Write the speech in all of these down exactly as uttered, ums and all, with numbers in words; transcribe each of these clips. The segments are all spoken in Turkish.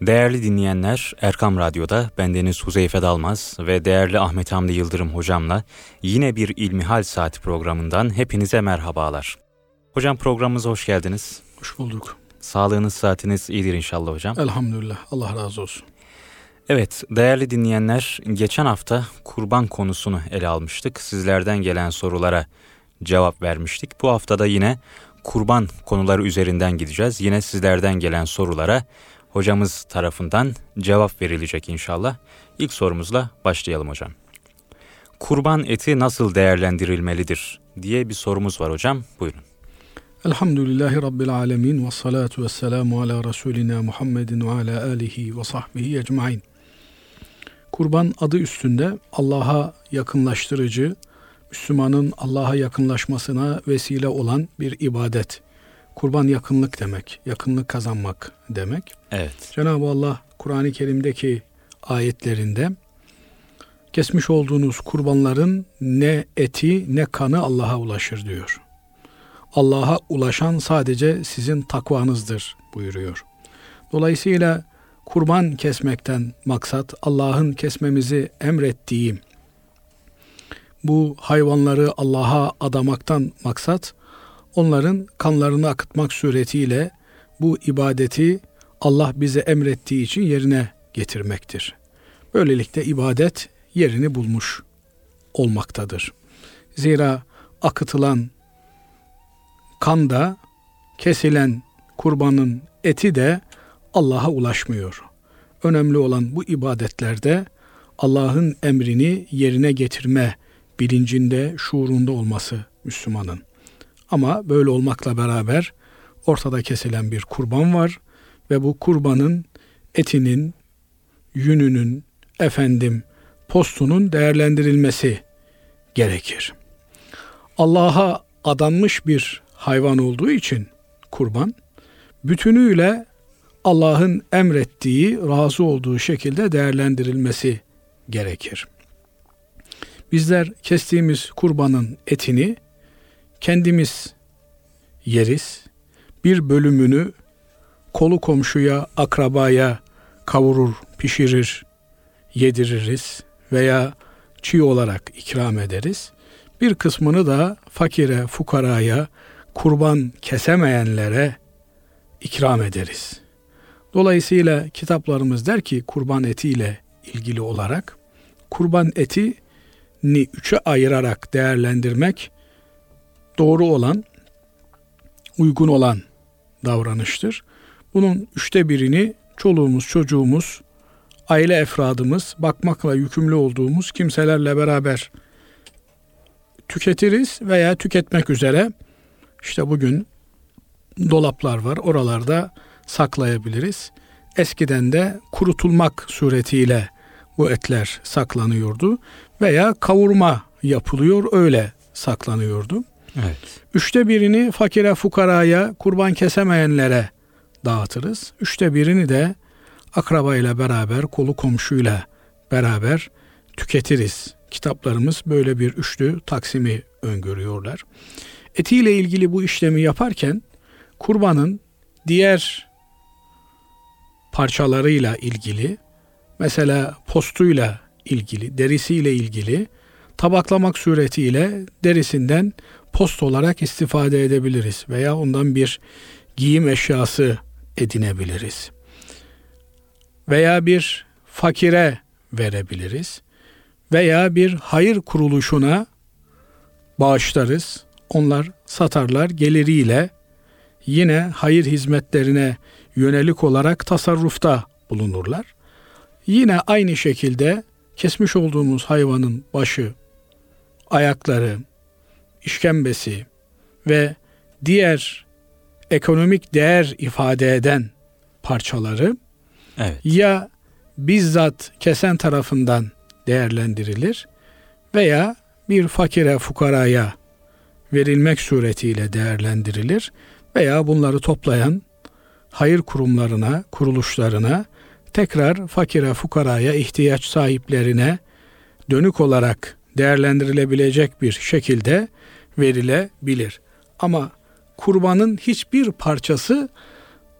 Değerli dinleyenler, Erkam Radyo'da bendeniz Huzeyfe Dalmaz ve değerli Ahmet Hamdi Yıldırım hocamla yine bir İlmihal Saati programından hepinize merhabalar. Hocam programımıza hoş geldiniz. Hoş bulduk. Sağlığınız, saatiniz iyidir inşallah hocam. Elhamdülillah, Allah razı olsun. Evet, değerli dinleyenler, geçen hafta kurban konusunu ele almıştık. Sizlerden gelen sorulara cevap vermiştik. Bu hafta da yine kurban konuları üzerinden gideceğiz. Yine sizlerden gelen sorulara hocamız tarafından cevap verilecek inşallah. İlk sorumuzla başlayalım hocam. Kurban eti nasıl değerlendirilmelidir diye bir sorumuz var hocam. Buyurun. Elhamdülillahi Rabbil alemin ve salatu ve selamu ala Resulina Muhammedin ve ala alihi ve sahbihi ecmain. Kurban adı üstünde Allah'a yakınlaştırıcı, Müslümanın Allah'a yakınlaşmasına vesile olan bir ibadet. Kurban yakınlık demek, yakınlık kazanmak demek. Evet. Cenab-ı Allah Kur'an-ı Kerim'deki ayetlerinde kesmiş olduğunuz kurbanların ne eti ne kanı Allah'a ulaşır diyor. Allah'a ulaşan sadece sizin takvanızdır buyuruyor. Dolayısıyla kurban kesmekten maksat Allah'ın kesmemizi emrettiği bu hayvanları Allah'a adamaktan maksat onların kanlarını akıtmak suretiyle bu ibadeti Allah bize emrettiği için yerine getirmektir. Böylelikle ibadet yerini bulmuş olmaktadır. Zira akıtılan kan da, kesilen kurbanın eti de Allah'a ulaşmıyor. Önemli olan bu ibadetlerde Allah'ın emrini yerine getirme bilincinde, şuurunda olması Müslümanın. Ama böyle olmakla beraber ortada kesilen bir kurban var ve bu kurbanın etinin, yününün, efendim, postunun değerlendirilmesi gerekir. Allah'a adanmış bir hayvan olduğu için kurban, bütünüyle Allah'ın emrettiği, razı olduğu şekilde değerlendirilmesi gerekir. Bizler kestiğimiz kurbanın etini kendimiz yeriz. Bir bölümünü kolu komşuya, akrabaya kavurur, pişirir, yediririz veya çiğ olarak ikram ederiz. Bir kısmını da fakire, fukaraya, kurban kesemeyenlere ikram ederiz. Dolayısıyla kitaplarımız der ki kurban etiyle ilgili olarak kurban etini üçe ayırarak değerlendirmek doğru olan, uygun olan davranıştır. Bunun üçte birini çoluğumuz, çocuğumuz, aile efradımız, bakmakla yükümlü olduğumuz kimselerle beraber tüketiriz veya tüketmek üzere işte bugün dolaplar var, oralarda saklayabiliriz. Eskiden de kurutulmak suretiyle bu etler saklanıyordu veya kavurma yapılıyor, öyle saklanıyordu. Evet. Üçte birini fakire, fukaraya, kurban kesemeyenlere dağıtırız. Üçte birini de akrabayla beraber, kolu komşuyla beraber tüketiriz. Kitaplarımız böyle bir üçlü taksimi öngörüyorlar. Etiyle ilgili bu işlemi yaparken kurbanın diğer parçalarıyla ilgili, mesela postuyla ilgili, derisiyle ilgili tabaklamak suretiyle derisinden post olarak istifade edebiliriz veya ondan bir giyim eşyası edinebiliriz. Veya bir fakire verebiliriz. Veya bir hayır kuruluşuna bağışlarız. Onlar satarlar, geliriyle yine hayır hizmetlerine yönelik olarak tasarrufta bulunurlar. Yine aynı şekilde kesmiş olduğumuz hayvanın başı, ayakları, işkembesi ve diğer ekonomik değer ifade eden parçaları evet. ya bizzat kesen tarafından değerlendirilir veya bir fakire, fukaraya verilmek suretiyle değerlendirilir veya bunları toplayan hayır kurumlarına, kuruluşlarına tekrar fakire, fukaraya, ihtiyaç sahiplerine dönük olarak değerlendirilebilecek bir şekilde verilebilir. Ama kurbanın hiçbir parçası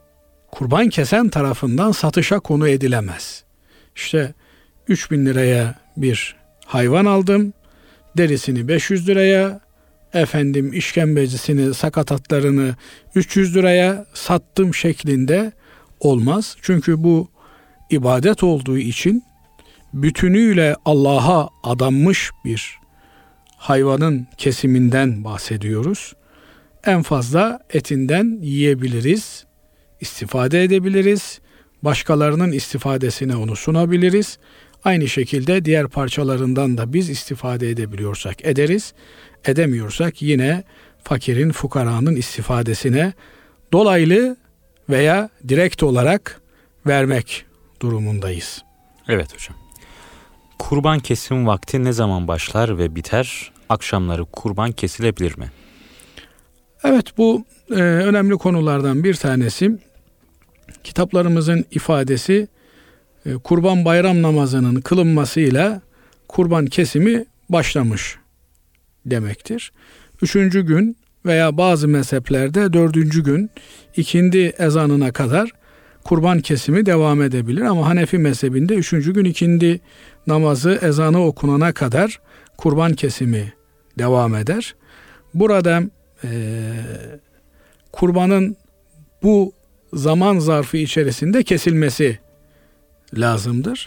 kurban kesen tarafından satışa konu edilemez. İşte üç bin liraya bir hayvan aldım, derisini beş yüz liraya, efendim işkembecisini, sakatatlarını üç yüz liraya sattım şeklinde olmaz. Çünkü bu ibadet olduğu için bütünüyle Allah'a adanmış bir hayvanın kesiminden bahsediyoruz. En fazla etinden yiyebiliriz, istifade edebiliriz, başkalarının istifadesine onu sunabiliriz. Aynı şekilde diğer parçalarından da biz istifade edebiliyorsak ederiz, edemiyorsak yine fakirin, fukaranın istifadesine dolaylı veya direkt olarak vermek durumundayız. Evet hocam. Kurban kesim vakti ne zaman başlar ve biter? Akşamları kurban kesilebilir mi? Evet, bu e, önemli konulardan bir tanesi. Kitaplarımızın ifadesi e, kurban bayram namazının kılınmasıyla kurban kesimi başlamış demektir. Üçüncü gün veya bazı mezheplerde dördüncü gün ikindi ezanına kadar kurban kesimi devam edebilir. Ama Hanefi mezhebinde üçüncü gün ikindi namazı ezanı okunana kadar kurban kesimi devam eder. Burada e, kurbanın bu zaman zarfı içerisinde kesilmesi lazımdır.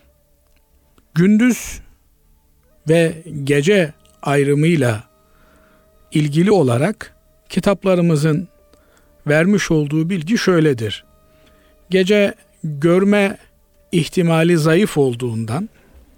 Gündüz ve gece ayrımıyla ilgili olarak kitaplarımızın vermiş olduğu bilgi şöyledir. Gece görme ihtimali zayıf olduğundan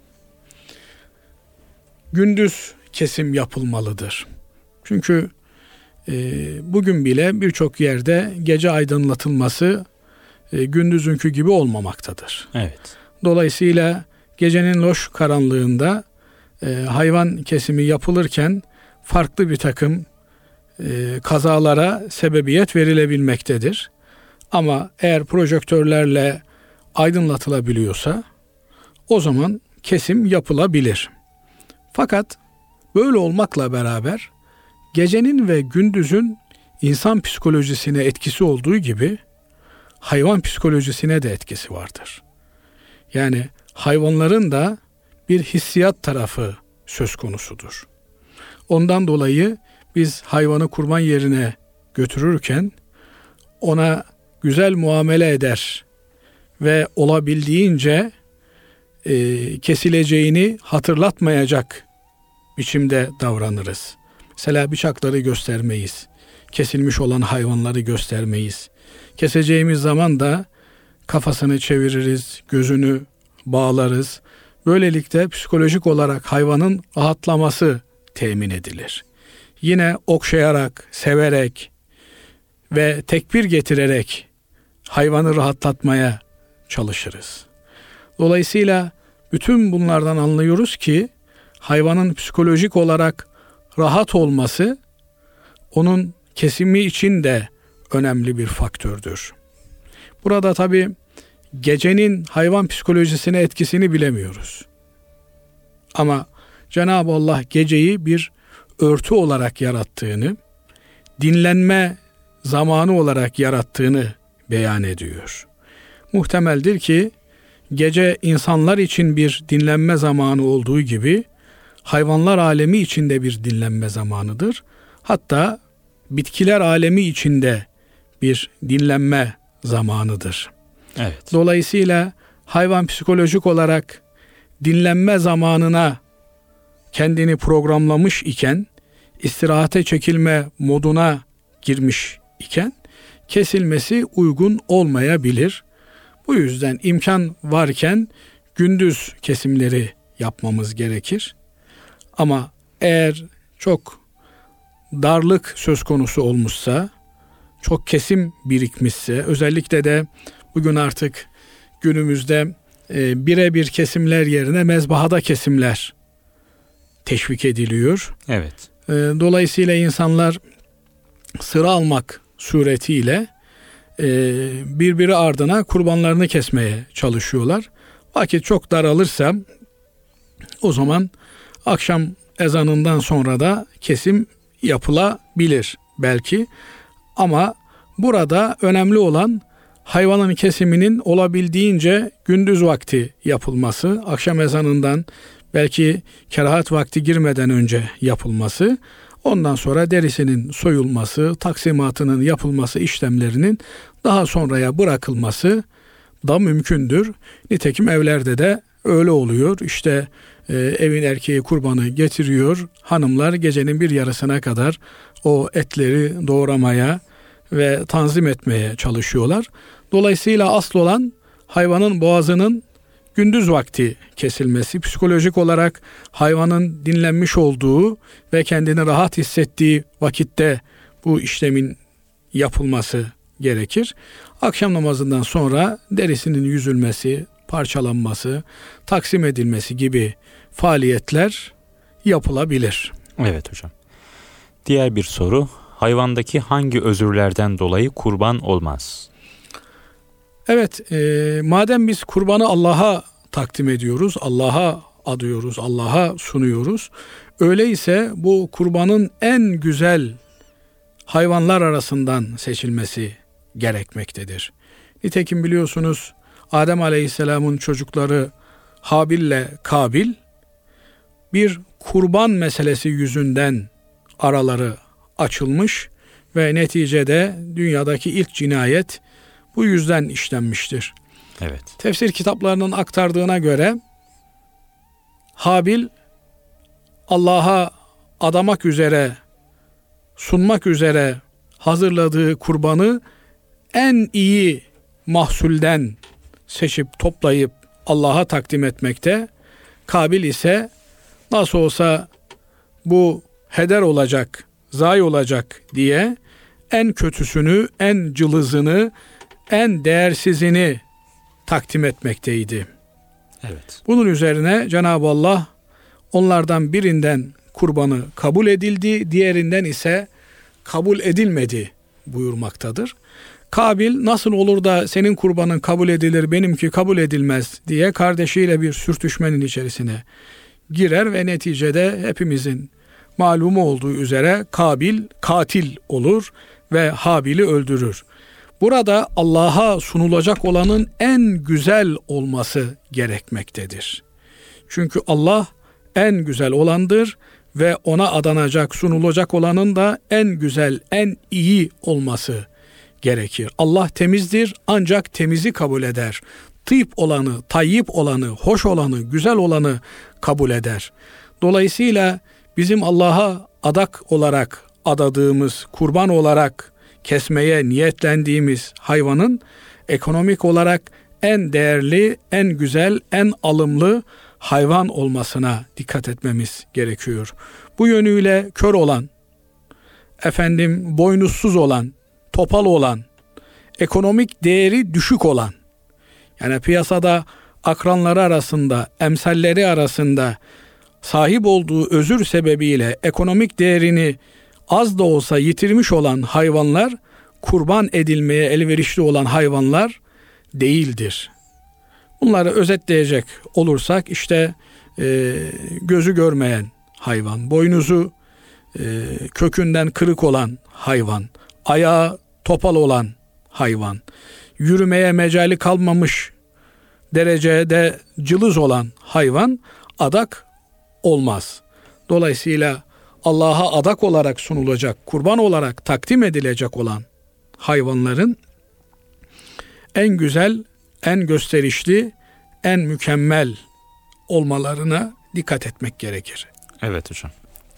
gündüz kesim yapılmalıdır. Çünkü e, bugün bile birçok yerde gece aydınlatılması e, gündüzünkü gibi olmamaktadır. Evet. Dolayısıyla gecenin loş karanlığında e, hayvan kesimi yapılırken farklı bir takım e, kazalara sebebiyet verilebilmektedir. Ama eğer projektörlerle aydınlatılabiliyorsa o zaman kesim yapılabilir. Fakat böyle olmakla beraber gecenin ve gündüzün insan psikolojisine etkisi olduğu gibi hayvan psikolojisine de etkisi vardır. Yani hayvanların da bir hissiyat tarafı söz konusudur. Ondan dolayı biz hayvanı kurban yerine götürürken ona güzel muamele eder ve olabildiğince e, kesileceğini hatırlatmayacak biçimde davranırız. Mesela bıçakları göstermeyiz. Kesilmiş olan hayvanları göstermeyiz. Keseceğimiz zaman da kafasını çeviririz, gözünü bağlarız. Böylelikle psikolojik olarak hayvanın rahatlaması temin edilir. Yine okşayarak, severek ve tekbir getirerek hayvanı rahatlatmaya çalışırız. Dolayısıyla bütün bunlardan anlıyoruz ki hayvanın psikolojik olarak rahat olması onun kesimi için de önemli bir faktördür. Burada tabii gecenin hayvan psikolojisine etkisini bilemiyoruz. Ama Cenab-ı Allah geceyi bir örtü olarak yarattığını, dinlenme zamanı olarak yarattığını beyan ediyor. Muhtemeldir ki gece insanlar için bir dinlenme zamanı olduğu gibi hayvanlar alemi için de bir dinlenme zamanıdır. Hatta bitkiler alemi için de bir dinlenme zamanıdır. Evet. Dolayısıyla hayvan psikolojik olarak dinlenme zamanına kendini programlamış iken, istirahate çekilme moduna girmiş iken kesilmesi uygun olmayabilir. Bu yüzden imkan varken gündüz kesimleri yapmamız gerekir. Ama eğer çok darlık söz konusu olmuşsa, çok kesim birikmişse, özellikle de bugün artık günümüzde e, birebir kesimler yerine mezbahada kesimler teşvik ediliyor. Evet. E, dolayısıyla insanlar sıra almak suretiyle e, birbiri ardına kurbanlarını kesmeye çalışıyorlar. Vakit çok daralırsa o zaman akşam ezanından sonra da kesim yapılabilir belki. Ama burada önemli olan hayvanın kesiminin olabildiğince gündüz vakti yapılması, akşam ezanından belki kerahat vakti girmeden önce yapılması, ondan sonra derisinin soyulması, taksimatının yapılması işlemlerinin daha sonraya bırakılması da mümkündür. Nitekim evlerde de öyle oluyor. İşte e, evin erkeği kurbanı getiriyor. Hanımlar gecenin bir yarısına kadar o etleri doğramaya ve tanzim etmeye çalışıyorlar. Dolayısıyla asıl olan hayvanın boğazının gündüz vakti kesilmesi, psikolojik olarak hayvanın dinlenmiş olduğu ve kendini rahat hissettiği vakitte bu işlemin yapılması gerekir. Akşam namazından sonra derisinin yüzülmesi, parçalanması, taksim edilmesi gibi faaliyetler yapılabilir. Evet hocam. Diğer bir soru, hayvandaki hangi özürlerden dolayı kurban olmaz? Evet, e, madem biz kurbanı Allah'a takdim ediyoruz, Allah'a adıyoruz, Allah'a sunuyoruz. Öyleyse bu kurbanın en güzel hayvanlar arasından seçilmesi gerekmektedir. Nitekim biliyorsunuz Adem Aleyhisselam'ın çocukları Habil ile Kabil bir kurban meselesi yüzünden araları açılmış ve neticede dünyadaki ilk cinayet bu yüzden işlenmiştir. Evet. Tefsir kitaplarının aktardığına göre Habil Allah'a adamak üzere, sunmak üzere hazırladığı kurbanı en iyi mahsulden seçip toplayıp Allah'a takdim etmekte. Kabil ise nasıl olsa bu heder olacak, zayi olacak diye en kötüsünü, en cılızını, en değersizini takdim etmekteydi. Evet. Bunun üzerine Cenab-ı Allah onlardan birinden kurbanı kabul edildi, diğerinden ise kabul edilmedi buyurmaktadır. Kabil nasıl olur da senin kurbanın kabul edilir, benimki kabul edilmez diye kardeşiyle bir sürtüşmenin içerisine girer ve neticede hepimizin malumu olduğu üzere Kabil katil olur ve Habil'i öldürür. Burada Allah'a sunulacak olanın en güzel olması gerekmektedir. Çünkü Allah en güzel olandır ve ona adanacak, sunulacak olanın da en güzel, en iyi olması gerekir. Allah temizdir ancak temizi kabul eder. Tıyıp olanı, tayyip olanı, hoş olanı, güzel olanı kabul eder. Dolayısıyla bizim Allah'a adak olarak adadığımız, kurban olarak kesmeye niyetlendiğimiz hayvanın ekonomik olarak en değerli, en güzel, en alımlı hayvan olmasına dikkat etmemiz gerekiyor. Bu yönüyle kör olan, efendim boynuzsuz olan, topal olan, ekonomik değeri düşük olan, yani piyasada akranları arasında, emsalleri arasında sahip olduğu özür sebebiyle ekonomik değerini az da olsa yitirmiş olan hayvanlar, kurban edilmeye elverişli olan hayvanlar değildir. Bunları özetleyecek olursak işte e, gözü görmeyen hayvan, boynuzu e, kökünden kırık olan hayvan, ayağı topal olan hayvan, yürümeye mecali kalmamış derecede cılız olan hayvan adak olmaz. Dolayısıyla Allah'a adak olarak sunulacak, kurban olarak takdim edilecek olan hayvanların en güzel, en gösterişli, en mükemmel olmalarına dikkat etmek gerekir. Evet hocam.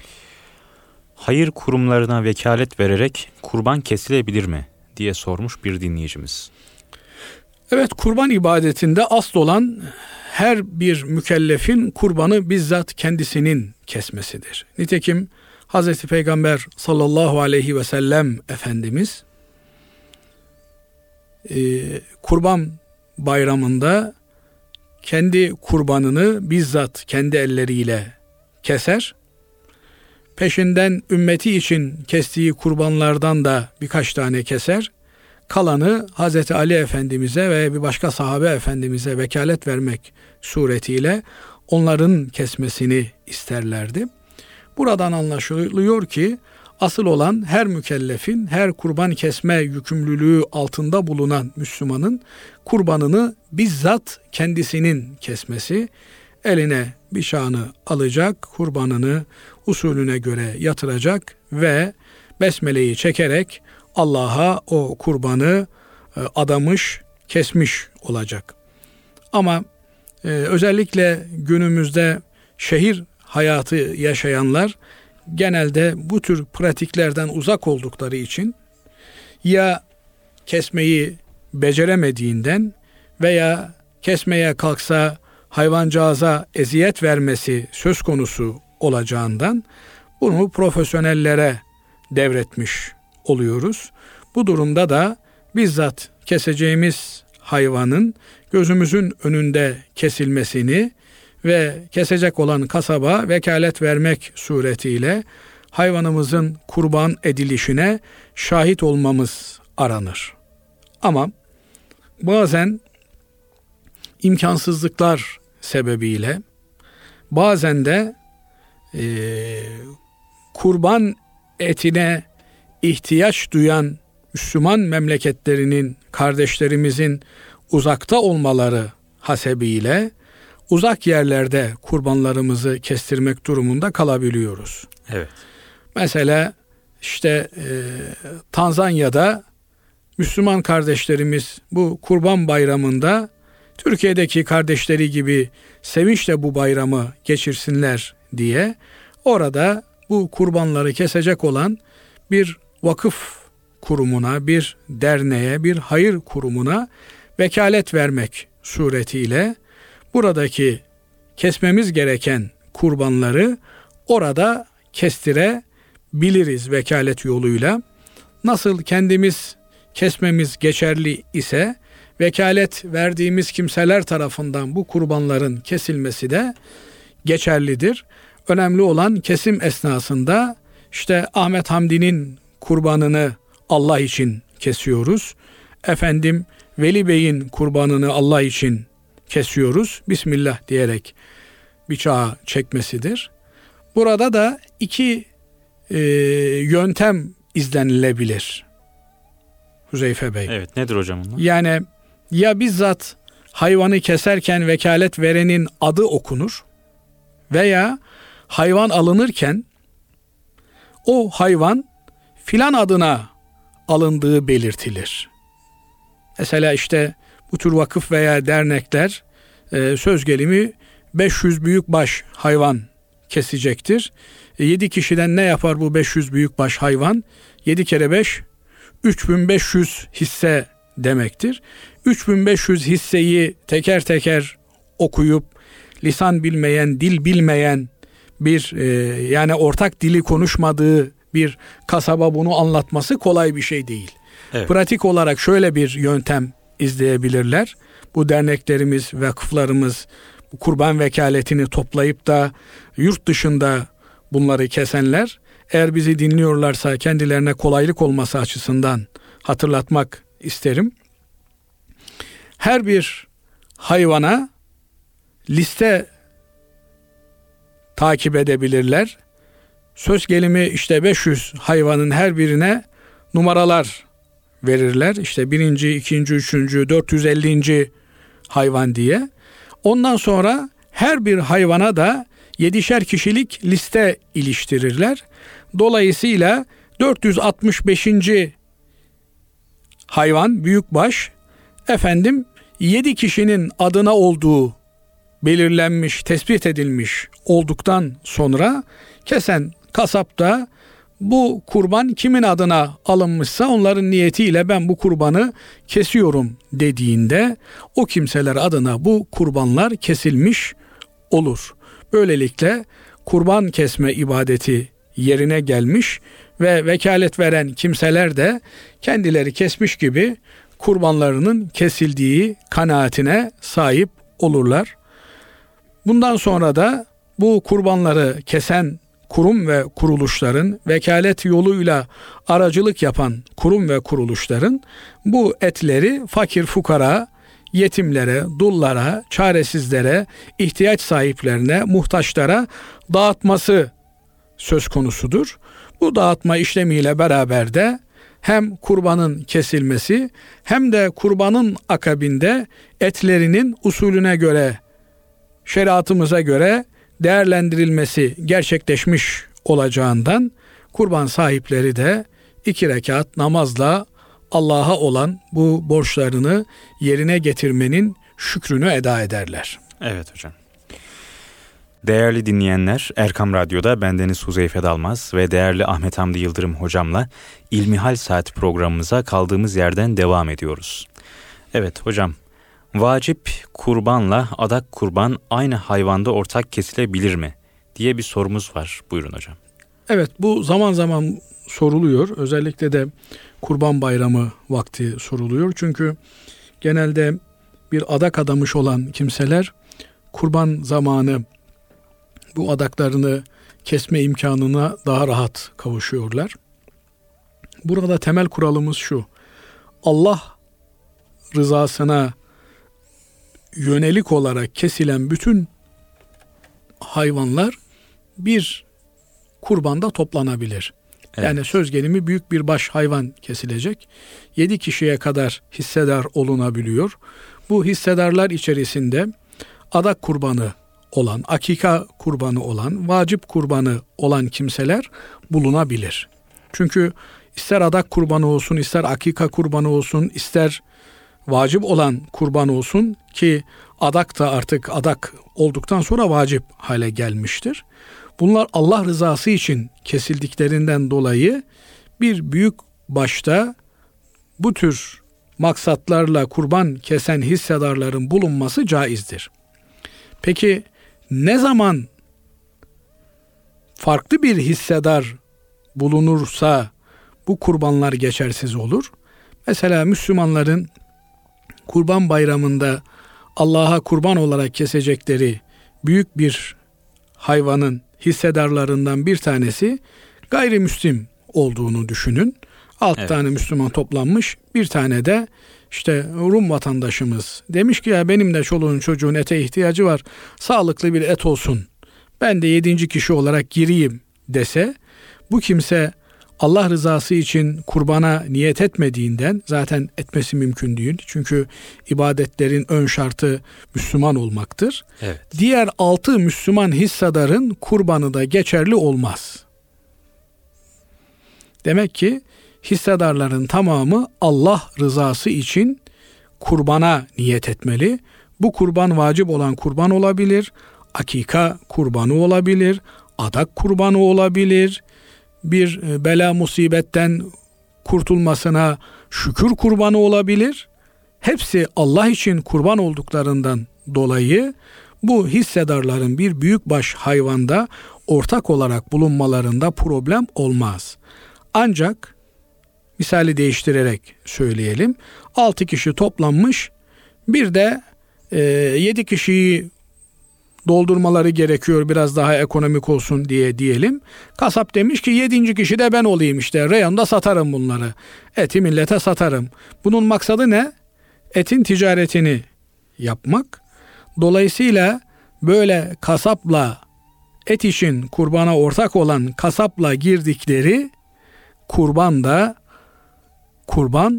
Hayır kurumlarına vekalet vererek kurban kesilebilir mi diye sormuş bir dinleyicimiz. Evet, kurban ibadetinde asıl olan her bir mükellefin kurbanı bizzat kendisinin kesmesidir. Nitekim Hazreti Peygamber sallallahu aleyhi ve sellem Efendimiz e, kurban bayramında kendi kurbanını bizzat kendi elleriyle keser. Peşinden ümmeti için kestiği kurbanlardan da birkaç tane keser. Kalanı Hazreti Ali Efendimiz'e ve bir başka sahabe efendimize vekalet vermek suretiyle onların kesmesini isterlerdi. Buradan anlaşılıyor ki Asıl olan her mükellefin, her kurban kesme yükümlülüğü altında bulunan Müslümanın kurbanını bizzat kendisinin kesmesi, eline bıçağını alacak, kurbanını usulüne göre yatıracak ve besmeleyi çekerek Allah'a o kurbanı adamış, kesmiş olacak. Ama e, özellikle günümüzde şehir hayatı yaşayanlar genelde bu tür pratiklerden uzak oldukları için ya kesmeyi beceremediğinden veya kesmeye kalksa hayvancağıza eziyet vermesi söz konusu olacağından bunu profesyonellere devretmiş oluyoruz. Bu durumda da bizzat keseceğimiz hayvanın gözümüzün önünde kesilmesini ve kesecek olan kasaba vekalet vermek suretiyle hayvanımızın kurban edilişine şahit olmamız aranır. Ama bazen imkansızlıklar sebebiyle, bazen de e, kurban etine ihtiyaç duyan Müslüman memleketlerinin, kardeşlerimizin uzakta olmaları hasebiyle uzak yerlerde kurbanlarımızı kestirmek durumunda kalabiliyoruz. Evet. Mesela işte e, Tanzanya'da Müslüman kardeşlerimiz bu Kurban Bayramı'nda Türkiye'deki kardeşleri gibi sevinçle bu bayramı geçirsinler diye orada bu kurbanları kesecek olan bir vakıf kurumuna, bir derneğe, bir hayır kurumuna vekalet vermek suretiyle buradaki kesmemiz gereken kurbanları orada kestirebiliriz vekalet yoluyla. Nasıl kendimiz kesmemiz geçerli ise vekalet verdiğimiz kimseler tarafından bu kurbanların kesilmesi de geçerlidir. Önemli olan kesim esnasında işte Ahmet Hamdi'nin kurbanını Allah için kesiyoruz. Efendim Veli Bey'in kurbanını Allah için kesiyoruz. Bismillah diyerek bıçağı çekmesidir. Burada da iki e, yöntem izlenilebilir. Huzeyfe Bey. Evet, nedir hocam bunlar? Yani ya bizzat hayvanı keserken vekalet verenin adı okunur veya hayvan alınırken o hayvan filan adına alındığı belirtilir. Mesela işte bu tür vakıf veya dernekler e, söz gelimi beş yüz büyükbaş hayvan kesecektir. E, yedi kişiden ne yapar bu beş yüz büyükbaş hayvan? yedi kere beş üç bin beş yüz hisse demektir. üç bin beş yüz hisseyi teker teker okuyup lisan bilmeyen, dil bilmeyen bir e, yani ortak dili konuşmadığı bir kasaba bunu anlatması kolay bir şey değil. Evet. Pratik olarak şöyle bir yöntem izleyebilirler. Bu derneklerimiz, vakıflarımız bu kurban vekaletini toplayıp da yurt dışında bunları kesenler, eğer bizi dinliyorlarsa kendilerine kolaylık olması açısından hatırlatmak isterim. Her bir hayvana liste takip edebilirler. Söz gelimi işte beş yüz hayvanın her birine numaralar verirler. İşte birinci, ikinci, üçüncü, dört yüz ellinci hayvan diye. Ondan sonra her bir hayvana da yedişer kişilik liste iliştirirler. Dolayısıyla dört yüz altmış beşinci hayvan büyükbaş efendim yedi kişinin adına olduğu belirlenmiş, tespit edilmiş olduktan sonra kesen kasap da bu kurban kimin adına alınmışsa onların niyetiyle ben bu kurbanı kesiyorum dediğinde o kimseler adına bu kurbanlar kesilmiş olur. Böylelikle kurban kesme ibadeti yerine gelmiş ve vekalet veren kimseler de kendileri kesmiş gibi kurbanlarının kesildiği kanaatine sahip olurlar. Bundan sonra da bu kurbanları kesen kurum ve kuruluşların, vekalet yoluyla aracılık yapan kurum ve kuruluşların bu etleri fakir fukara, yetimlere, dullara, çaresizlere, ihtiyaç sahiplerine, muhtaçlara dağıtması söz konusudur. Bu dağıtma işlemiyle beraber de hem kurbanın kesilmesi hem de kurbanın akabinde etlerinin usulüne göre, şeriatımıza göre değerlendirilmesi gerçekleşmiş olacağından kurban sahipleri de iki rekat namazla Allah'a olan bu borçlarını yerine getirmenin şükrünü eda ederler. Evet hocam. Değerli dinleyenler, Erkam Radyo'da bendeniz Huzeyfe Dalmaz ve değerli Ahmet Hamdi Yıldırım hocamla İlmihal Saat programımıza kaldığımız yerden devam ediyoruz. Evet hocam, vacip kurbanla adak kurban aynı hayvanda ortak kesilebilir mi diye bir sorumuz var. Buyurun hocam. Evet, bu zaman zaman soruluyor. Özellikle de Kurban Bayramı vakti soruluyor. Çünkü genelde bir adak adamış olan kimseler kurban zamanı bu adaklarını kesme imkanına daha rahat kavuşuyorlar. Burada temel kuralımız şu: Allah rızasına yönelik olarak kesilen bütün hayvanlar bir kurbanda toplanabilir. Evet. Yani söz gelimi büyük bir baş hayvan kesilecek. Yedi kişiye kadar hissedar olunabiliyor. Bu hissedarlar içerisinde adak kurbanı olan, akika kurbanı olan, vacip kurbanı olan kimseler bulunabilir. Çünkü ister adak kurbanı olsun, ister akika kurbanı olsun, ister vacip olan kurban olsun ki adak da artık adak olduktan sonra vacip hale gelmiştir. Bunlar Allah rızası için kesildiklerinden dolayı bir büyük başta bu tür maksatlarla kurban kesen hissedarların bulunması caizdir. Peki ne zaman farklı bir hissedar bulunursa bu kurbanlar geçersiz olur? Mesela Müslümanların Kurban Bayramı'nda Allah'a kurban olarak kesecekleri büyük bir hayvanın hissedarlarından bir tanesi gayrimüslim olduğunu düşünün. Alt evet. tane Müslüman toplanmış, bir tane de işte Rum vatandaşımız demiş ki ya benim de çoluğun çocuğun ete ihtiyacı var, sağlıklı bir et olsun, ben de yedinci kişi olarak gireyim dese, bu kimse Allah rızası için kurbana niyet etmediğinden zaten etmesi mümkün değil. Çünkü ibadetlerin ön şartı Müslüman olmaktır. Evet. Diğer altı Müslüman hissedarın kurbanı da geçerli olmaz. Demek ki hissedarların tamamı Allah rızası için kurbana niyet etmeli. Bu kurban vacip olan kurban olabilir, akika kurbanı olabilir, adak kurbanı olabilir, bir bela musibetten kurtulmasına şükür kurbanı olabilir. Hepsi Allah için kurban olduklarından dolayı bu hissedarların bir büyükbaş hayvanda ortak olarak bulunmalarında problem olmaz. Ancak misali değiştirerek söyleyelim. altı kişi toplanmış, bir de e, yedi kişiyi doldurmaları gerekiyor biraz daha ekonomik olsun diye diyelim. Kasap demiş ki yedinci kişi de ben olayım, işte reyonda satarım bunları. Eti millete satarım. Bunun maksadı ne? Etin ticaretini yapmak. Dolayısıyla böyle kasapla, et için kurbana ortak olan kasapla girdikleri kurban da kurban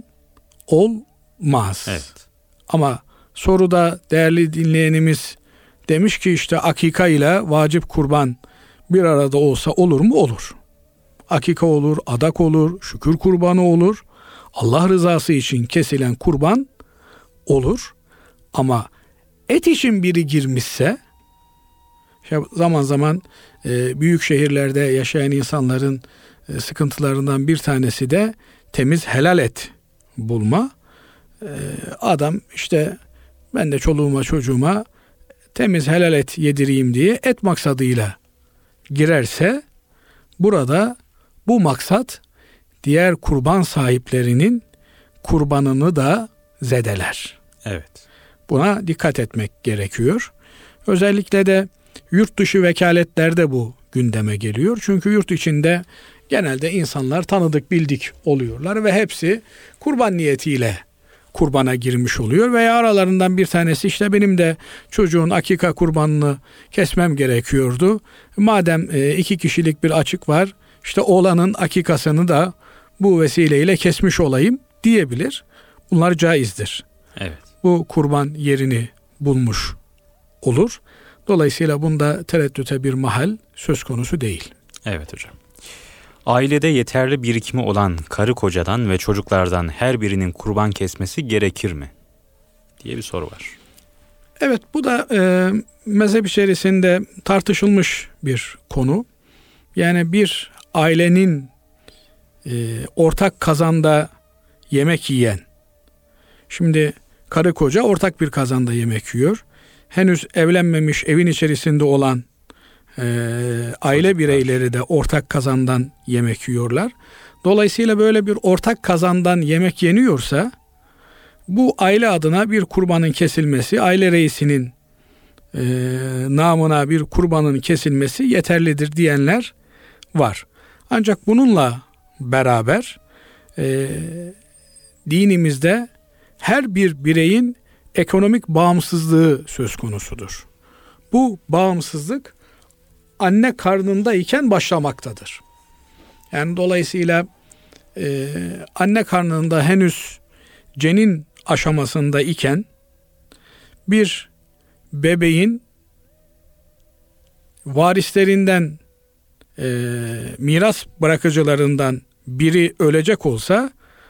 olmaz. Evet. Ama soruda değerli dinleyenimiz demiş ki işte akika ile vacip kurban bir arada olsa olur mu? Olur. Akika olur, adak olur, şükür kurbanı olur. Allah rızası için kesilen kurban olur. Ama et için biri girmişse, zaman zaman e, büyük şehirlerde yaşayan insanların e, sıkıntılarından bir tanesi de temiz helal et bulma. E, adam işte ben de çoluğuma çocuğuma temiz helal et yedireyim diye et maksadıyla girerse, burada bu maksat diğer kurban sahiplerinin kurbanını da zedeler. Evet. Buna dikkat etmek gerekiyor. Özellikle de yurt dışı vekaletlerde bu gündeme geliyor. Çünkü yurt içinde genelde insanlar tanıdık bildik oluyorlar ve hepsi kurban niyetiyle kurbana girmiş oluyor veya aralarından bir tanesi işte benim de çocuğun akika kurbanını kesmem gerekiyordu. Madem e, iki kişilik bir açık var, işte oğlanın akikasını da bu vesileyle kesmiş olayım diyebilir. Bunlar caizdir. Evet. Bu kurban yerini bulmuş olur. Dolayısıyla bunda tereddüte bir mahal söz konusu değil. Evet hocam. Ailede yeterli birikimi olan karı kocadan ve çocuklardan her birinin kurban kesmesi gerekir mi diye bir soru var. Evet, bu da e, mezhep içerisinde tartışılmış bir konu. Yani bir ailenin e, ortak kazanda yemek yiyen, şimdi karı koca ortak bir kazanda yemek yiyor. Henüz evlenmemiş, evin içerisinde olan e, aile bireyleri de ortak kazandan yemek yiyorlar. Dolayısıyla böyle bir ortak kazandan yemek yeniyorsa, bu aile adına bir kurbanın kesilmesi, aile reisinin e, namına bir kurbanın kesilmesi yeterlidir diyenler var. Ancak bununla beraber e, dinimizde her bir bireyin ekonomik bağımsızlığı söz konusudur. Bu bağımsızlık anne karnındayken başlamaktadır. Yani dolayısıyla e, anne karnında henüz cenin aşamasında iken bir bebeğin varislerinden, e, miras bırakıcılarından biri ölecek olsa,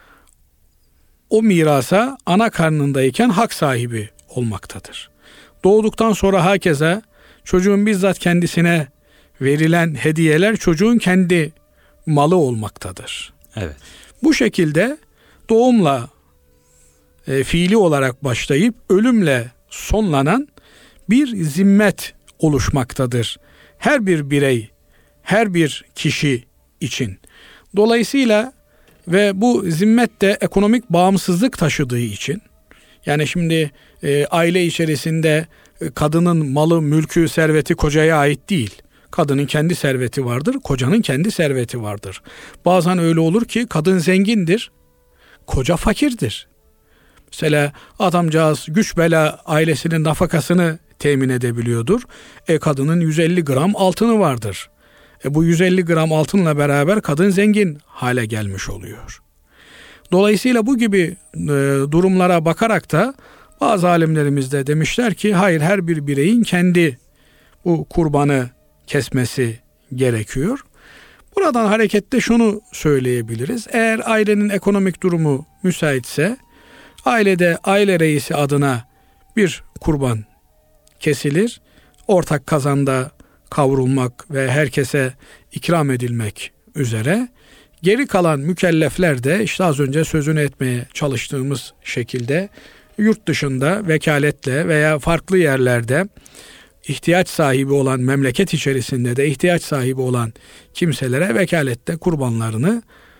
o mirasa ana karnındayken hak sahibi olmaktadır. Doğduktan sonra hakeza çocuğun bizzat kendisine verilen hediyeler çocuğun kendi malı olmaktadır. Evet. Bu şekilde doğumla e, fiili olarak başlayıp ölümle sonlanan bir zimmet oluşmaktadır. Her bir birey, her bir kişi için. Dolayısıyla ve bu zimmet de ekonomik bağımsızlık taşıdığı için, yani şimdi e, aile içerisinde e, kadının malı, mülkü, serveti kocaya ait değil. Kadının kendi serveti vardır, kocanın kendi serveti vardır. Bazen öyle olur ki kadın zengindir, koca fakirdir. Mesela adamcağız güç bela ailesinin nafakasını temin edebiliyordur. E kadının yüz elli gram altını vardır. E bu yüz elli gram altınla beraber kadın zengin hale gelmiş oluyor. Dolayısıyla bu gibi e, durumlara bakarak da bazı alimlerimiz de demişler ki hayır, her bir bireyin kendi bu kurbanı kesmesi gerekiyor. Buradan hareketle şunu söyleyebiliriz. Eğer ailenin ekonomik durumu müsaitse ailede aile reisi adına bir kurban kesilir. Ortak kazanda kavrulmak ve herkese ikram edilmek üzere. Geri kalan mükellefler de işte az önce sözünü etmeye çalıştığımız şekilde yurt dışında vekaletle veya farklı yerlerde ihtiyaç sahibi olan, memleket içerisinde de ihtiyaç sahibi olan kimselere vekalette kurbanlarını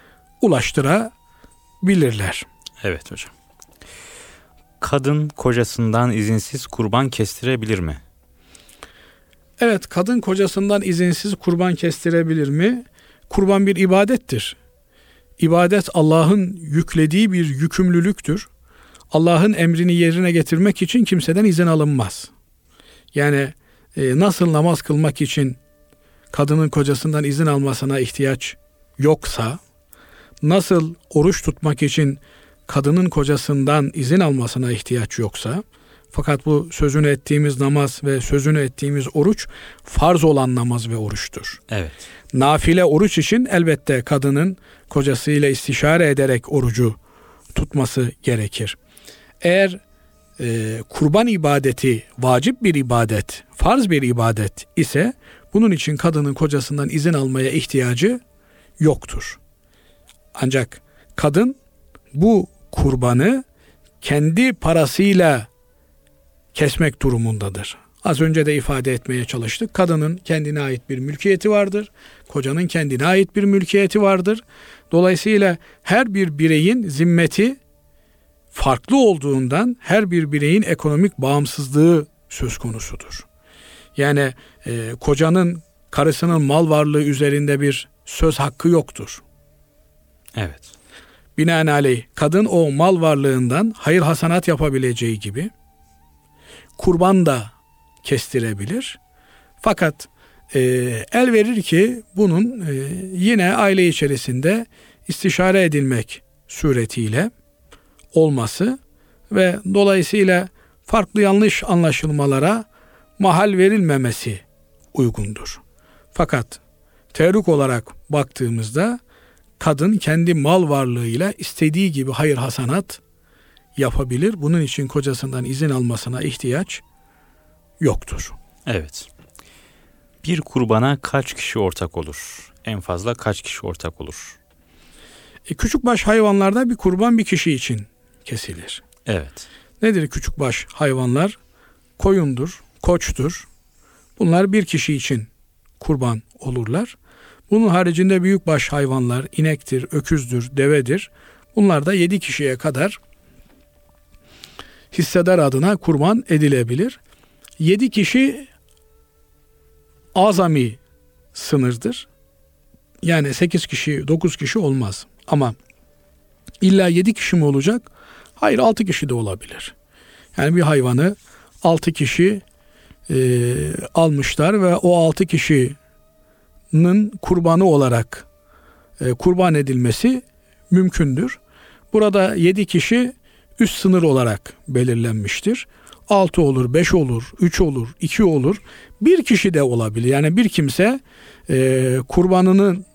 ulaştırabilirler. Evet hocam. Kadın kocasından izinsiz kurban kestirebilir mi? Evet, kadın kocasından izinsiz kurban kestirebilir mi? Kurban bir ibadettir. İbadet Allah'ın yüklediği bir yükümlülüktür. Allah'ın emrini yerine getirmek için kimseden izin alınmaz. Yani e, nasıl namaz kılmak için kadının kocasından izin almasına ihtiyaç yoksa, nasıl oruç tutmak için kadının kocasından izin almasına ihtiyaç yoksa, fakat bu sözünü ettiğimiz namaz ve sözünü ettiğimiz oruç farz olan namaz ve oruçtur. Evet. Nafile oruç için elbette kadının kocasıyla istişare ederek orucu tutması gerekir. Eğer e, kurban ibadeti vacip bir ibadet, farz bir ibadet ise bunun için kadının kocasından izin almaya ihtiyacı yoktur. Ancak kadın bu kurbanı kendi parasıyla kesmek durumundadır. Az önce de ifade etmeye çalıştık. Kadının kendine ait bir mülkiyeti vardır. Kocanın kendine ait bir mülkiyeti vardır. Dolayısıyla her bir bireyin zimmeti farklı olduğundan her bir bireyin ekonomik bağımsızlığı söz konusudur. Yani e, kocanın karısının mal varlığı üzerinde bir söz hakkı yoktur. Evet. binaenaleyh kadın o mal varlığından hayır hasanat yapabileceği gibi kurban da kestirebilir. Fakat e, el verir ki bunun e, yine aile içerisinde istişare edilmek suretiyle olması ve dolayısıyla farklı yanlış anlaşılmalara mahal verilmemesi uygundur. Fakat teorik olarak baktığımızda kadın kendi mal varlığıyla istediği gibi hayır hasanat yapabilir. Bunun için kocasından izin almasına ihtiyaç yoktur. Evet. Bir kurbana kaç kişi ortak olur? En fazla kaç kişi ortak olur? E, küçükbaş hayvanlarda bir kurban bir kişi için kesilir. Evet. Nedir küçükbaş hayvanlar? Koyundur, koçtur. Bunlar bir kişi için kurban olurlar. Bunun haricinde büyükbaş hayvanlar inektir, öküzdür, devedir. Bunlar da yedi kişiye kadar hissedar adına kurban edilebilir. Yedi kişi azami sınırdır. Yani sekiz kişi, dokuz kişi olmaz. Ama illa yedi kişi mi olacak? Hayır, altı kişi de olabilir. Yani bir hayvanı altı kişi e, almışlar ve o altı kişinin kurbanı olarak e, kurban edilmesi mümkündür. Burada yedi kişi üst sınır olarak belirlenmiştir. altı olur, beş olur, üç olur, iki olur. Bir kişi de olabilir. Yani bir kimse e, kurbanının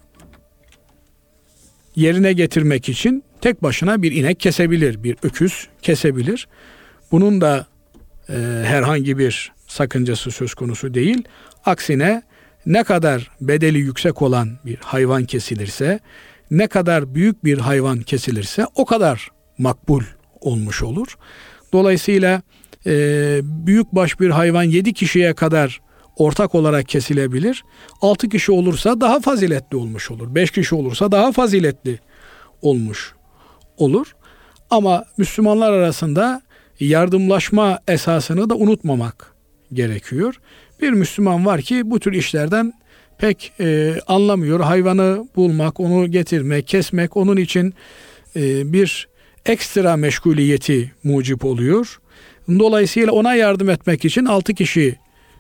yerine getirmek için tek başına bir inek kesebilir, bir öküz kesebilir. Bunun da e, herhangi bir sakıncası söz konusu değil. Aksine ne kadar bedeli yüksek olan bir hayvan kesilirse, ne kadar büyük bir hayvan kesilirse o kadar makbul olmuş olur. Dolayısıyla e, büyükbaş bir hayvan yedi kişiye kadar ortak olarak kesilebilir. altı kişi olursa daha faziletli olmuş olur. beş kişi olursa daha faziletli olmuş olur. Ama Müslümanlar arasında yardımlaşma esasını da unutmamak gerekiyor. Bir Müslüman var ki bu tür işlerden pek e, anlamıyor. Hayvanı bulmak, onu getirmek, kesmek onun için e, bir ekstra meşguliyeti mucip oluyor. Dolayısıyla ona yardım etmek için altı kişi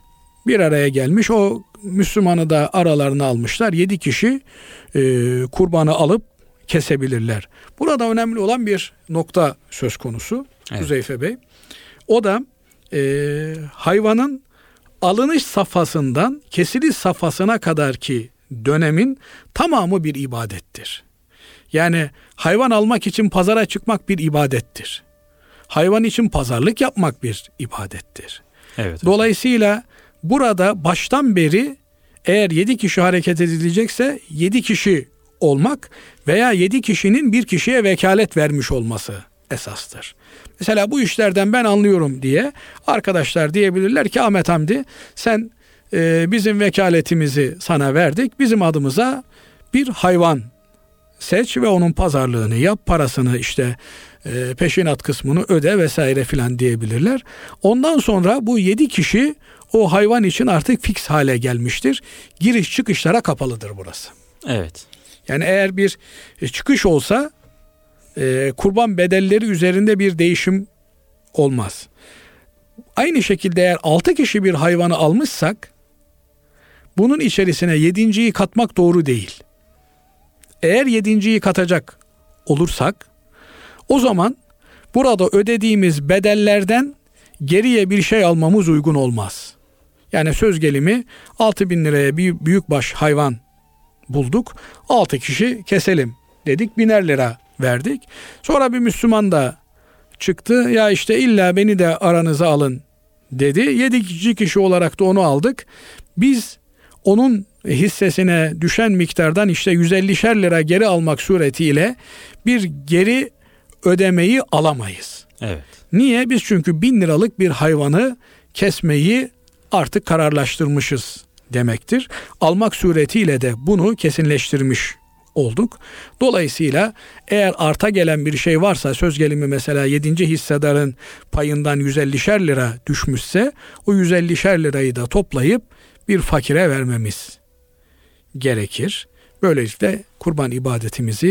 bir araya gelmiş. O Müslümanı da aralarına almışlar. yedi kişi e, kurbanı alıp kesebilirler. Burada önemli olan bir nokta söz konusu. Evet. Huzeyfe Bey. O da e, hayvanın alınış safhasından kesiliş safhasına kadar ki dönemin tamamı bir ibadettir. Yani hayvan almak için pazara çıkmak bir ibadettir. Hayvan için pazarlık yapmak bir ibadettir. Evet. Dolayısıyla burada baştan beri eğer yedi kişi hareket edilecekse yedi kişi olmak veya yedi kişinin bir kişiye vekalet vermiş olması esastır. Mesela bu işlerden ben anlıyorum diye arkadaşlar diyebilirler ki Ahmet Hamdi sen e, bizim vekaletimizi sana verdik. Bizim adımıza bir hayvan seç ve onun pazarlığını yap, parasını işte e, peşinat kısmını öde vesaire filan diyebilirler. Ondan sonra bu yedi kişi o hayvan için artık fix hale gelmiştir. Giriş çıkışlara kapalıdır burası. Evet. Yani eğer bir çıkış olsa e, kurban bedelleri üzerinde bir değişim olmaz. Aynı şekilde eğer altı kişi bir hayvanı almışsak bunun içerisine yedinciyi katmak doğru değil. Eğer yedinciyi katacak olursak o zaman burada ödediğimiz bedellerden geriye bir şey almamız uygun olmaz. Yani söz gelimi altı bin liraya bir büyükbaş hayvan bulduk. altı kişi keselim dedik. Biner lira verdik. Sonra bir Müslüman da çıktı. Ya işte illa beni de aranıza alın dedi. yedi kişi olarak da onu aldık. Biz onun hissesine düşen miktardan işte yüz ellişer lira geri almak suretiyle bir geri ödemeyi alamayız. Evet. Niye? Biz çünkü bin liralık bir hayvanı kesmeyi artık kararlaştırmışız demektir. Almak suretiyle de bunu kesinleştirmiş olduk. Dolayısıyla eğer arta gelen bir şey varsa söz gelimi mesela yedinci hissedarın payından yüz ellişer lira düşmüşse o yüz ellişer lirayı da toplayıp bir fakire vermemiz gerekir. Böylelikle kurban ibadetimizi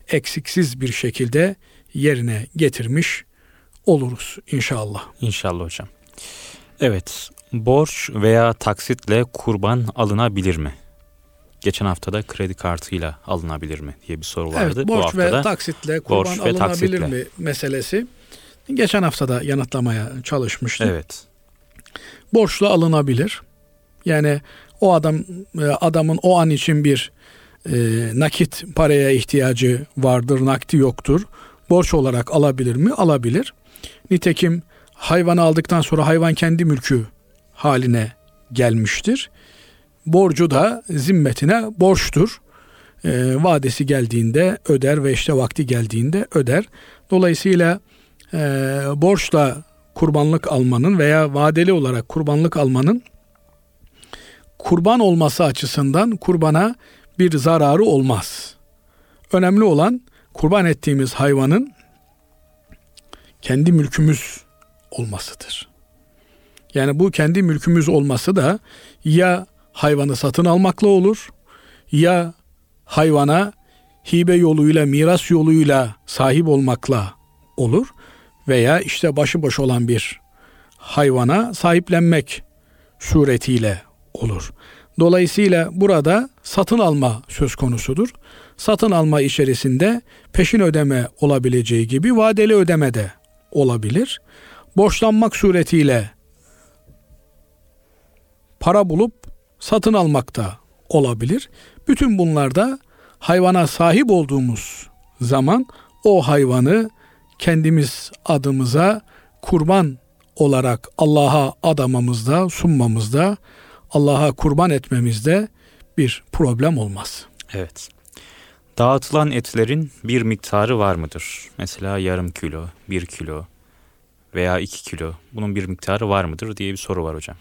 eksiksiz bir şekilde yerine getirmiş oluruz inşallah. İnşallah hocam. Evet, borç veya taksitle kurban alınabilir mi? Geçen haftada kredi kartıyla alınabilir mi diye bir soru vardı. Evet, borç Bu ve haftada taksitle kurban borç ve alınabilir taksitle. mi meselesi. Geçen haftada yanıtlamaya çalışmıştım. Evet. Borçla alınabilir. Yani o adam adamın o an için bir e, nakit paraya ihtiyacı vardır, nakdi yoktur. Borç olarak alabilir mi? Alabilir. Nitekim hayvanı aldıktan sonra hayvan kendi mülkü haline gelmiştir. Borcu da zimmetine borçtur. E, vadesi geldiğinde öder ve işte vakti geldiğinde öder. Dolayısıyla e, borçla kurbanlık almanın veya vadeli olarak kurbanlık almanın kurban olması açısından kurbana bir zararı olmaz. Önemli olan kurban ettiğimiz hayvanın kendi mülkümüz olmasıdır. Yani bu kendi mülkümüz olması da ya hayvanı satın almakla olur, ya hayvana hibe yoluyla, miras yoluyla sahip olmakla olur veya işte başıboş olan bir hayvana sahiplenmek suretiyle olur. Dolayısıyla burada satın alma söz konusudur. Satın alma içerisinde peşin ödeme olabileceği gibi vadeli ödeme de olabilir. Borçlanmak suretiyle para bulup satın almak da olabilir. Bütün bunlarda hayvana sahip olduğumuz zaman o hayvanı kendimiz adımıza kurban olarak Allah'a adamamızda, sunmamızda, Allah'a kurban etmemizde bir problem olmaz. Evet. Dağıtılan etlerin bir miktarı var mıdır? Mesela yarım kilo, bir kilo veya iki kilo. Bunun bir miktarı var mıdır diye bir soru var hocam.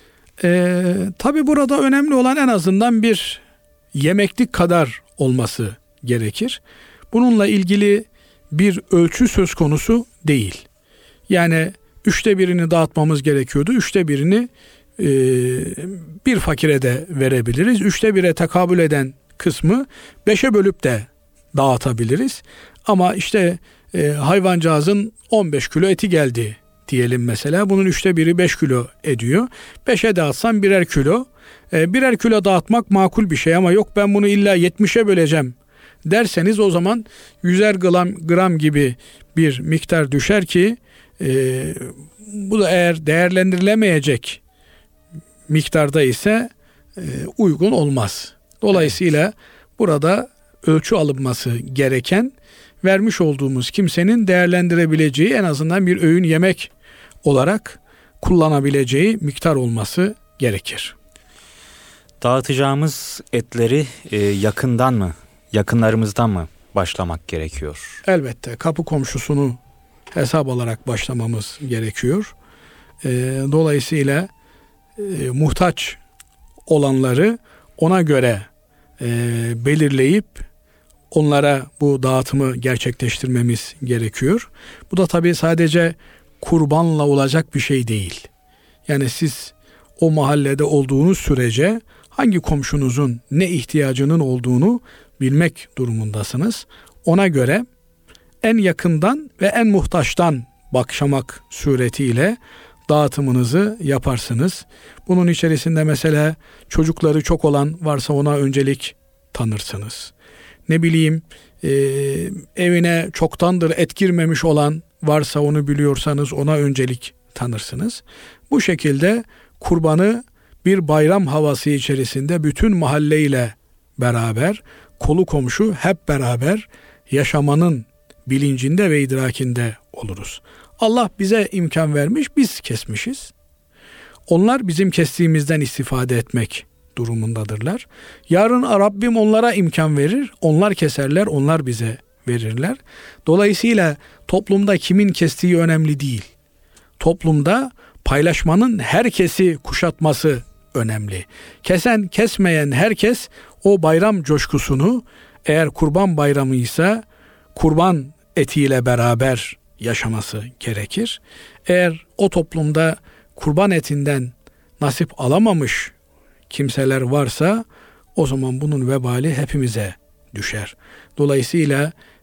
Ee, tabii burada önemli olan en azından bir yemeklik kadar olması gerekir. Bununla ilgili bir ölçü söz konusu değil. Yani üçte birini dağıtmamız gerekiyordu. Üçte birini e, bir fakire de verebiliriz. Üçte bire tekabül eden kısmı beşe bölüp de dağıtabiliriz. Ama işte e, hayvancağızın on beş kilo eti geldi diyelim mesela. Bunun üçte biri beş kilo ediyor. beşe dağıtsan birer kilo. E, birer kilo dağıtmak makul bir şey ama yok ben bunu illa yetmişe böleceğim derseniz o zaman yüzer gram, gram gibi bir miktar düşer ki e, bu da eğer değerlendirilemeyecek miktarda ise e, uygun olmaz. Dolayısıyla evet, burada ölçü alınması gereken vermiş olduğumuz kimsenin değerlendirebileceği en azından bir öğün yemek olarak kullanabileceği miktar olması gerekir. Dağıtacağımız etleri e, yakından mı, yakınlarımızdan mı başlamak gerekiyor? Elbette kapı komşusunu hesap alarak başlamamız gerekiyor. E, dolayısıyla e, muhtaç olanları ona göre e, belirleyip onlara bu dağıtımı gerçekleştirmemiz gerekiyor. Bu da tabii sadece kurbanla olacak bir şey değil. Yani siz o mahallede olduğunuz sürece hangi komşunuzun ne ihtiyacının olduğunu bilmek durumundasınız. Ona göre en yakından ve en muhtaçtan başlamak suretiyle dağıtımınızı yaparsınız. Bunun içerisinde mesela çocukları çok olan varsa ona öncelik tanırsınız. Ne bileyim e, evine çoktandır et girmemiş olan varsa onu biliyorsanız ona öncelik tanırsınız. Bu şekilde kurbanı bir bayram havası içerisinde bütün mahalleyle beraber, kolu komşu hep beraber yaşamanın bilincinde ve idrakinde oluruz. Allah bize imkan vermiş, biz kesmişiz. Onlar bizim kestiğimizden istifade etmek durumundadırlar. Yarın Rabbim onlara imkan verir, onlar keserler, onlar bize verirler. Dolayısıyla toplumda kimin kestiği önemli değil. Toplumda paylaşmanın herkesi kuşatması önemli. Kesen, kesmeyen herkes o bayram coşkusunu, eğer kurban bayramıysa kurban etiyle beraber yaşaması gerekir. Eğer o toplumda kurban etinden nasip alamamış kimseler varsa o zaman bunun vebali hepimize düşer. Dolayısıyla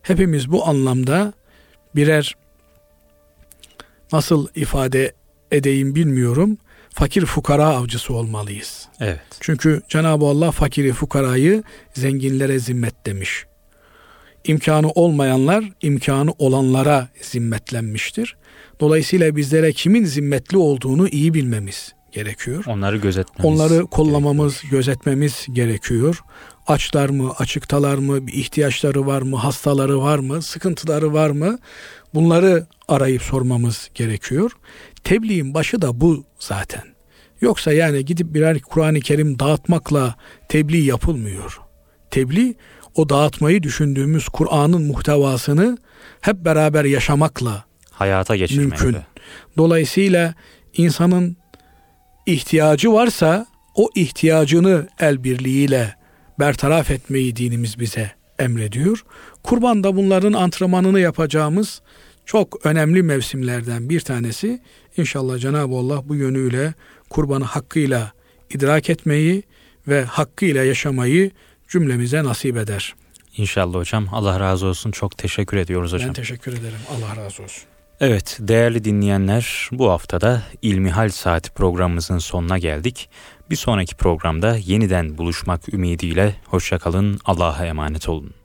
hepimiz bu anlamda birer, nasıl ifade edeyim bilmiyorum, fakir fukara avcısı olmalıyız. Evet. Çünkü Cenab-ı Allah fakiri fukarayı zenginlere zimmet demiş. İmkanı olmayanlar imkanı olanlara zimmetlenmiştir. Dolayısıyla bizlere kimin zimmetli olduğunu iyi bilmemiz gerekiyor. Onları gözetmemiz. Onları kollamamız, gerekiyor. gözetmemiz gerekiyor. Açlar mı, açıktalar mı, bir ihtiyaçları var mı, hastaları var mı, sıkıntıları var mı? Bunları arayıp sormamız gerekiyor. Tebliğin başı da bu zaten. Yoksa yani gidip birer Kur'an-ı Kerim dağıtmakla tebliğ yapılmıyor. Tebliğ, o dağıtmayı düşündüğümüz Kur'an'ın muhtevasını hep beraber yaşamakla hayata geçirmekle. Mümkün. Dolayısıyla insanın ihtiyacı varsa o ihtiyacını el birliğiyle bertaraf etmeyi dinimiz bize emrediyor. Kurban da bunların antrenmanını yapacağımız çok önemli mevsimlerden bir tanesi. İnşallah Cenab-ı Allah bu yönüyle kurbanı hakkıyla idrak etmeyi ve hakkıyla yaşamayı cümlemize nasip eder. İnşallah hocam. Allah razı olsun. Çok teşekkür ediyoruz hocam. Ben teşekkür ederim. Allah razı olsun. Evet, değerli dinleyenler, bu haftada İlmihal Saati programımızın sonuna geldik. Bir sonraki programda yeniden buluşmak ümidiyle hoşça kalın, Allah'a emanet olun.